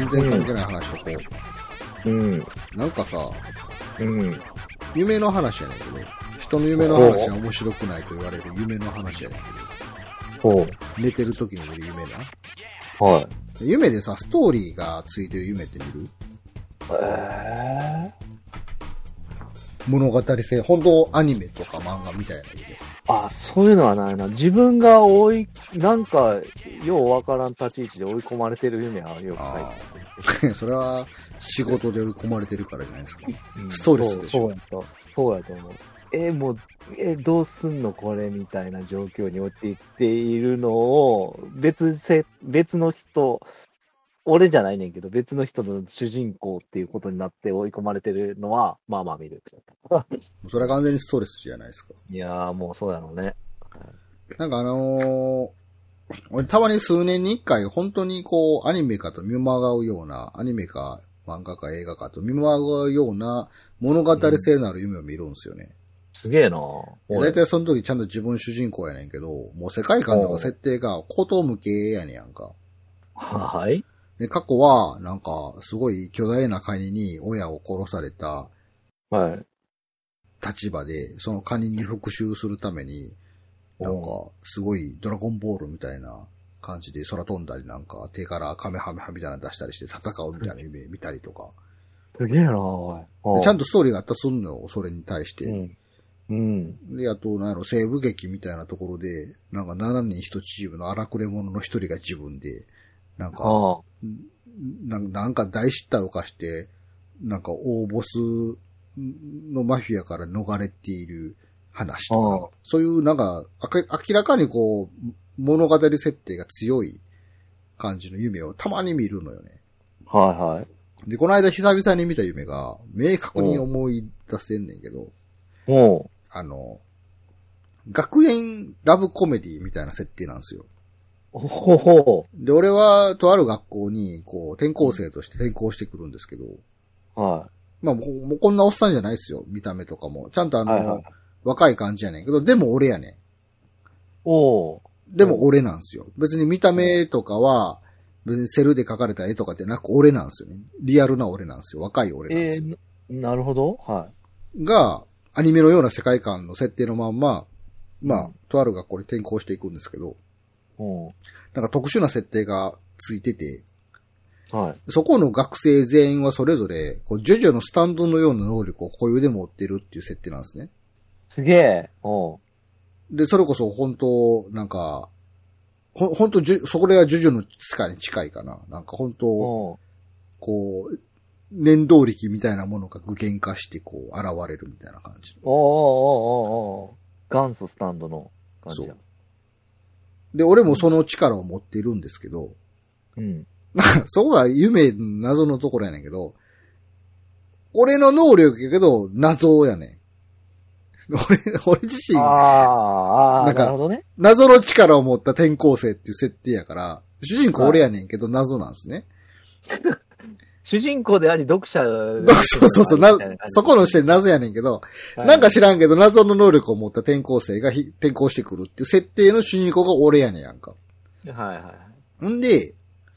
全然関係ない話とこう。 うん。 なんかさ、 うん。 夢の話やねんけど、人の夢の話は面白くないと言われる夢の話やねんけど、 ほう。 寝てる時に見る夢な。 はい。 夢でさ、ストーリーがついてる夢って見る？物語性、本当アニメとか漫画みたいな夢。 あ、そういうのはないな。自分がなんか、ようわからん立ち位置で追い込まれてる夢はよく書いてそれは仕事で追い込まれてるからじゃないですか。ストレスでしょ。 そうやと思う。もう、どうすんのこれみたいな状況に陥っているのを、別の人、俺じゃないねんけど、別の人の主人公っていうことになって追い込まれてるのは、まあまあ見る。 それは完全にストレスじゃないですか。 いやー、もうそうやろうね。 なんか俺たまに数年に一回本当にこうアニメかと見まがうような、アニメか漫画か映画かと見まがうような物語性のある夢を見るんですよね。 すげえな。 だいたいその時ちゃんと自分主人公やねんけど、もう世界観とか設定がこと向けやねんやんか。 はい。 で、過去は、なんか、すごい巨大なカニに親を殺されたはい。 立場で、そのカニに復讐するために、なんか、すごいドラゴンボールみたいな感じで空飛んだりなんか、手からカメハメハみたいなの出したりして戦うみたいな夢見たりとか。 すげえな、おい。 ちゃんとストーリーがあったとすんのよ、それに対して。 うん。 で、あと、なんやろ、西部劇みたいなところで、なんか7人1チームの荒くれ者の一人が自分で、なんか、なんか大失態を犯して、なんか大ボスのマフィアから逃れている話とか、そういうなんか、明らかにこう、物語設定が強い感じの夢をたまに見るのよね。 はいはい。 で、この間久々に見た夢が、明確に思い出せんねんけど、学園ラブコメディみたいな設定なんですよ。 ほほで、俺は、とある学校に、こう、転校生として転校してくるんですけど、 はい。 まあ、もうこんなおっさんじゃないですよ、見た目とかも。ちゃんと若い感じやねんけど、でも俺やねん。でも俺なんですよ。別に見た目とかは、別にセルで描かれた絵とかってなく俺なんですよね。リアルな俺なんですよ。若い俺なんですよ。 なるほど。はい。 が、アニメのような世界観の設定のまんま、まあ、とある学校に転校していくんですけど、なんか特殊な設定がついてて、 はい。 そこの学生全員はそれぞれ、こう、ジョジョのスタンドのような能力を固有で持ってるっていう設定なんですね。 すげえ。 で、それこそ本当、なんか、本当それはジョジョの使いに近いかな。なんか本当、こう、念動力みたいなものが具現化してこう、現れるみたいな感じ。 元祖スタンドの感じや。 で、俺もその力を持っているんですけど、そこが夢謎のところやねんけど、俺の能力やけど、謎やねん。俺自身、なんか、謎の力を持った転校生っていう設定やから、主人公俺やねんけど、謎なんですね。 主人公であり、読者。 そう、そこの視点謎やねんけど、なんか知らんけど、謎の能力を持った転校生が転校してくるっていう設定の主人公が俺やねんやんか。んで、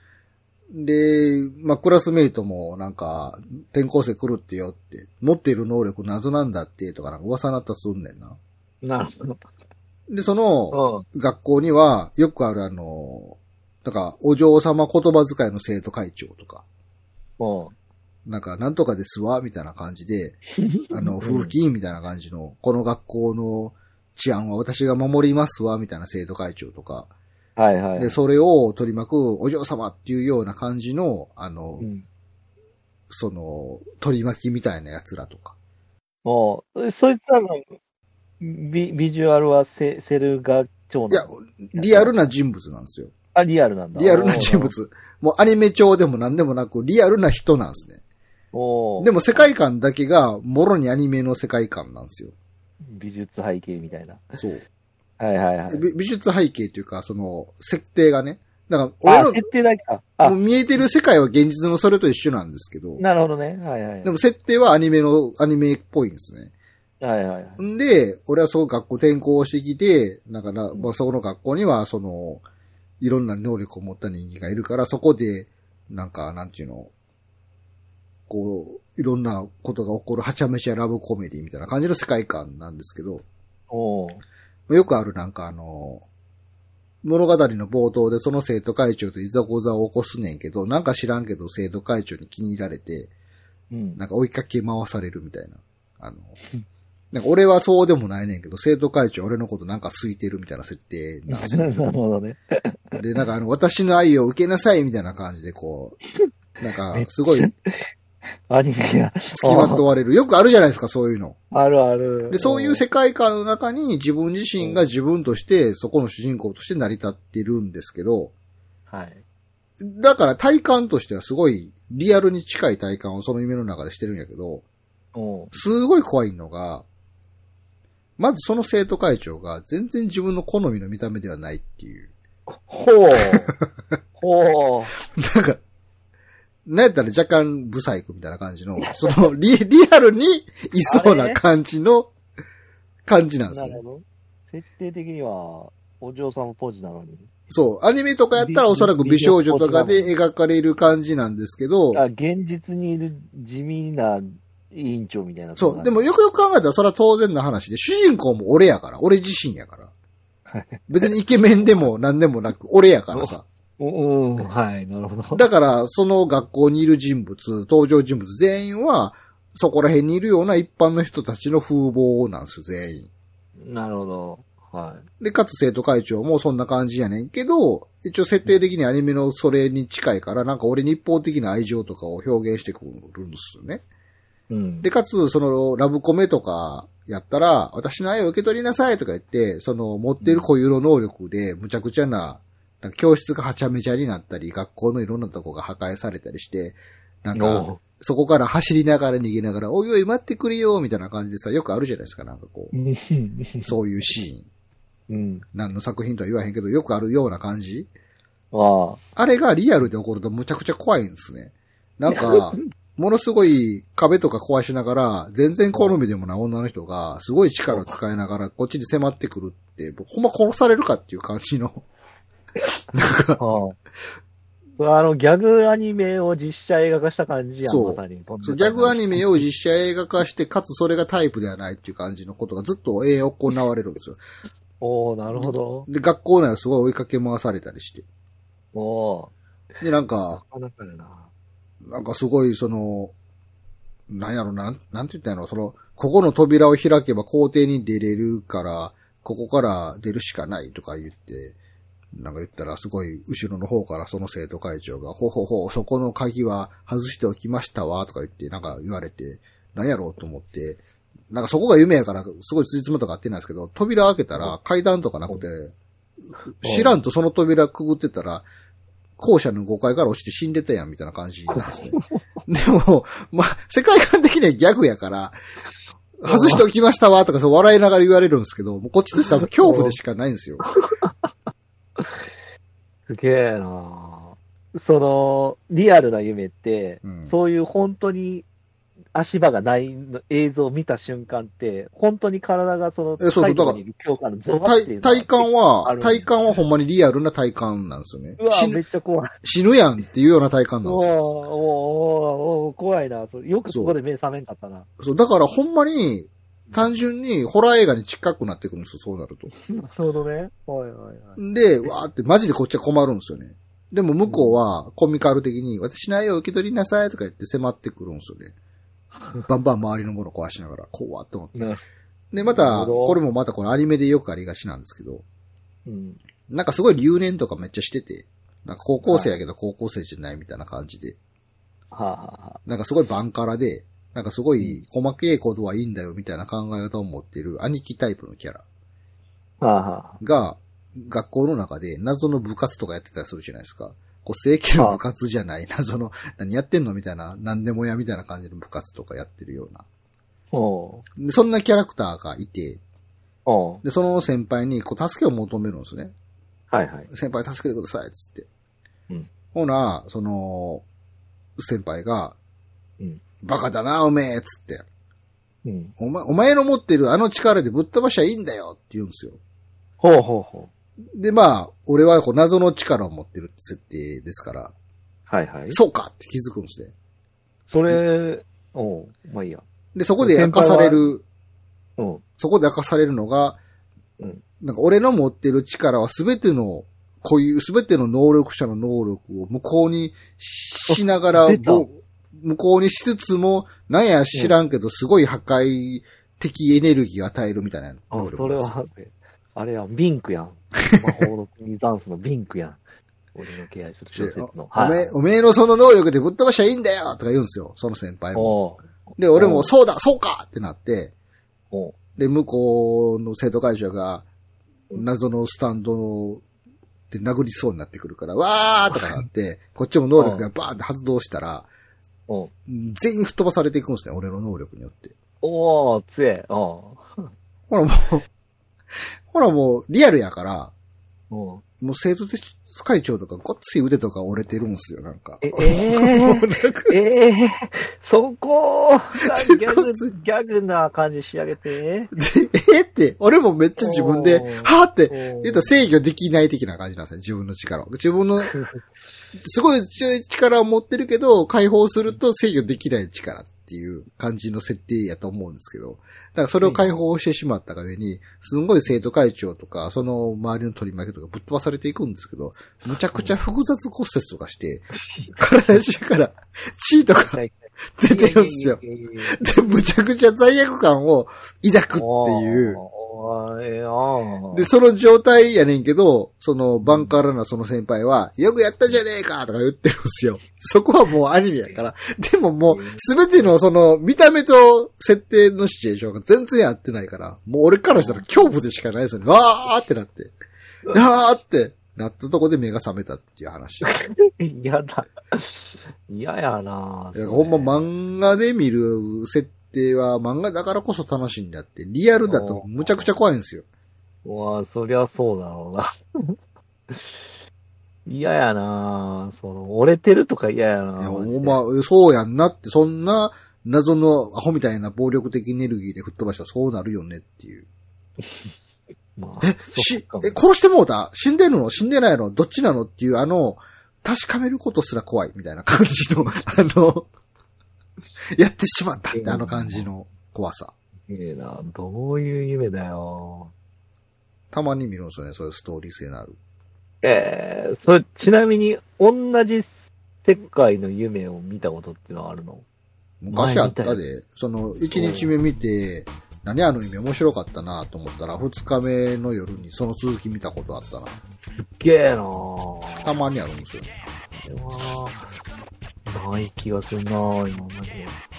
まあ、クラスメイトもなんか、転校生来るってよって、持っている能力謎なんだってとかなんか噂になったすんねんな。 なるほど。 で、その、学校には、よくあるなんか、お嬢様言葉遣いの生徒会長とか、なんか、なんとかですわ、みたいな感じで、風紀委員みたいな感じの、この学校の治安は私が守りますわ、みたいな生徒会長とか、で、それを取り巻くお嬢様っていうような感じの、その、取り巻きみたいな奴らとか。 そいつらのビジュアルはセルガ調いや、リアルな人物なんですよ。 リアルなんだ。 リアルな人物。もうアニメ調でも何でもなく、リアルな人なんですね。でも世界観だけが、もろにアニメの世界観なんですよ。 美術背景みたいな。 そう。 美術背景というか、その、設定がね。だから、俺の、 設定だけか。 もう見えてる世界は現実のそれと一緒なんですけど。 なるほどね。 でも設定はアニメっぽいんですね。んで、俺はその学校転校してきて、なんかまあ、そこの学校には、その、いろんな能力を持った人間がいるから、そこで、 なんか、なんていうの、こう、いろんなことが起こるはちゃめちゃラブコメディみたいな感じの世界観なんですけど、よくあるなんか物語の冒頭でその生徒会長といざこざを起こすねんけど、なんか知らんけど生徒会長に気に入られて、なんか追いかけ回されるみたいな。なんか俺はそうでもないねんけど、生徒会長俺のことなんか好いてるみたいな設定なんですよ。 なるほどね。 で、なんか私の愛を受けなさいみたいな感じでこう、なんかすごい、 アニメが。 付きまとわれる。よくあるじゃないですか、そういうの。 あるある。 で、そういう世界観の中に自分自身が自分として、そこの主人公として成り立ってるんですけど、 はい。 だから体感としてはすごいリアルに近い体感をその夢の中でしてるんやけど、すごい怖いのが、まずその生徒会長が全然自分の好みの見た目ではないっていう。 ほう。ほう。 なんか、なんやったら若干ブサイクみたいな感じの、そのリアルにいそうな感じの感じなんですね。なるほど。 設定的にはお嬢様ポジなのに。 そう。アニメとかやったらおそらく美少女とかで描かれる感じなんですけど。 現実にいる地味な委員長みたいな。 そう。でもよくよく考えたらそれは当然な話で、主人公も俺やから。俺自身やから。別にイケメンでも何でもなく、俺やからさ。 はい、なるほど。 だから、その学校にいる人物、登場人物全員は、そこら辺にいるような一般の人たちの風貌なんですよ、全員。 なるほど。はい。 で、かつ生徒会長もそんな感じやねんけど、一応設定的にアニメのそれに近いから、なんか俺に一方的な愛情とかを表現してくるんですよね。で、かつ、その、ラブコメとかやったら、私の愛を受け取りなさいとか言って、その、持ってる固有の能力で、むちゃくちゃな、なんか教室がはちゃめちゃになったり、学校のいろんなとこが破壊されたりして、なんか、そこから走りながら逃げながら、おいおい待ってくれよ、みたいな感じでさ、よくあるじゃないですか、なんかこう。そういうシーン。何の作品とは言わへんけど、よくあるような感じ。あれがリアルで起こるとむちゃくちゃ怖いんですね。なんか、ものすごい壁とか壊しながら、全然好みでもない女の人が、すごい力を使いながら、こっちに迫ってくるって、ほんま殺されるかっていう感じの。なんか、 ギャグアニメを実写映画化した感じやん、まさに。 そう、ギャグアニメを実写映画化して、かつそれがタイプではないっていう感じのことがずっと永遠行われるんですよ。 なるほど。 で、学校内をすごい追いかけ回されたりして。で、なんか、なんかすごい、その、なんやろ、なんて言ったんやろ、その、ここの扉を開けば校庭に出れるから、ここから出るしかないとか言って、なんか言ったらすごい後ろの方からその生徒会長が、ほう、そこの鍵は外しておきましたわ、とか言って、なんか言われて、なんやろうと思って、なんかそこが夢やから、すごいつじつまとか合ってないんですけど、扉開けたら階段とかなくて、知らんとその扉くぐってたら、校舎の5階から落ちて死んでたやん、みたいな感じなんですね。でも、まあ、世界観的にはギャグやから、外しておきましたわ、とかそう笑いながら言われるんですけど、もうこっちとしては恐怖でしかないんですよ。 すげえなその、リアルな夢って、そういう本当に足場がない映像を見た瞬間って、本当に体がその、 そうだから、体感はほんまにリアルな体感なんですよね。 うわめっちゃ怖い。 死ぬやんっていうような体感なんですよ。怖いな。よくそこで目覚めんかったな。 そう、だからほんまに、単純にホラー映画に近くなってくるんですよ、そうなると。 なるほどね。 で、わーってマジでこっちは困るんですよね。でも向こうはコミカル的に、私の愛を受け取りなさいとか言って迫ってくるんですよね。バンバン周りのもの壊しながら、怖って思って。で、また、これもまたこのアニメでよくありがちなんですけど、なんかすごい留年とかめっちゃしてて、なんか高校生やけど高校生じゃないみたいな感じで、なんかすごいバンカラで、なんかすごい細けいことはいいんだよみたいな考え方を持っている兄貴タイプのキャラが、学校の中で謎の部活とかやってたりするじゃないですか。こう正規の部活じゃない謎の何やってんのみたいな、何でもやみたいな感じの部活とかやってるような。でそんなキャラクターがいて、で、その先輩にこう助けを求めるんですね。先輩助けてくださいっつって。ほな、その、先輩が、バカだな、おめえっつって、お前の持ってるあの力でぶっ飛ばしゃいいんだよって言うんですよ。で、まあ、俺はこう謎の力を持ってる設定ですから、 はいはい。 そうかって気づくんですね。 それ、まあいいや。 で、そこで明かされる、 うん。 そこで明かされるのが、 うん。 なんか俺の持ってる力はすべての能力者の能力を無効にしながら、無効にしつつも、なんや知らんけど、すごい破壊的エネルギーを与えるみたいな能力。 それは、あれやん、ビンクやん。魔法の国ダンスのビンクやん。俺の敬愛する小説の。 おめえのその能力でぶっ飛ばしゃいいんだよとか言うんですよ、その先輩も。で、俺もそうだ、そうかってなって、で、向こうの生徒会長が、謎のスタンドで殴りそうになってくるから、わーとかなって、こっちも能力がバーンって発動したら、全員吹っ飛ばされていくんですね、俺の能力によって。 強え。ほらもう、リアルやから、もう生徒会長とかごっつい腕とか折れてるんですよ、なんか。 そこがギャグな感じ仕上げて。 って、俺もめっちゃ自分で、はーって、言ったら制御できない的な感じなんですよ、自分の力を。自分の、すごい強い力を持ってるけど、解放すると制御できない力っていう感じの設定やと思うんですけど、だからそれを解放してしまったがゆえに、すんごい生徒会長とか、その周りの取り巻きとかぶっ飛ばされていくんですけど、むちゃくちゃ複雑骨折とかして、体中から血とか出てるんですよ。で、むちゃくちゃ罪悪感を抱くっていう。で、その状態やねんけど、そのバンカラなその先輩は、よくやったじゃねえかとか言ってるんですよ。そこはもうアニメやから。でももう、すべてのその見た目と設定のシチュエーションが全然合ってないから、もう俺からしたら恐怖でしかないですよね。わーってなって。わーってなったとこで目が覚めたっていう話。 嫌だ。嫌やなぁ。 ほんま漫画で見る設定は漫画だからこそ楽しいんだって、リアルだとむちゃくちゃ怖いんですよ。 そりゃそうだろうな。嫌やなぁ。折れてるとか嫌やなぁ。 そうやんなって、そんな謎のアホみたいな暴力的エネルギーで吹っ飛ばしたらそうなるよねっていう。殺してもうた？死んでるの？死んでないの？どっちなの？っていう確かめることすら怖いみたいな感じの、やってしまったって感じの怖さ。 どういう夢だよ。 たまに見るんですよね、そういうストーリー性のある。 それ、ちなみに、同じ世界の夢を見たことっていうのはあるの？ 昔あったで、1日目見て、何あの夢面白かったなと思ったら、2日目の夜にその続き見たことあったな。 すっげえなぁ。 たまにあるんですよ。 ない気がするなぁ、今まで。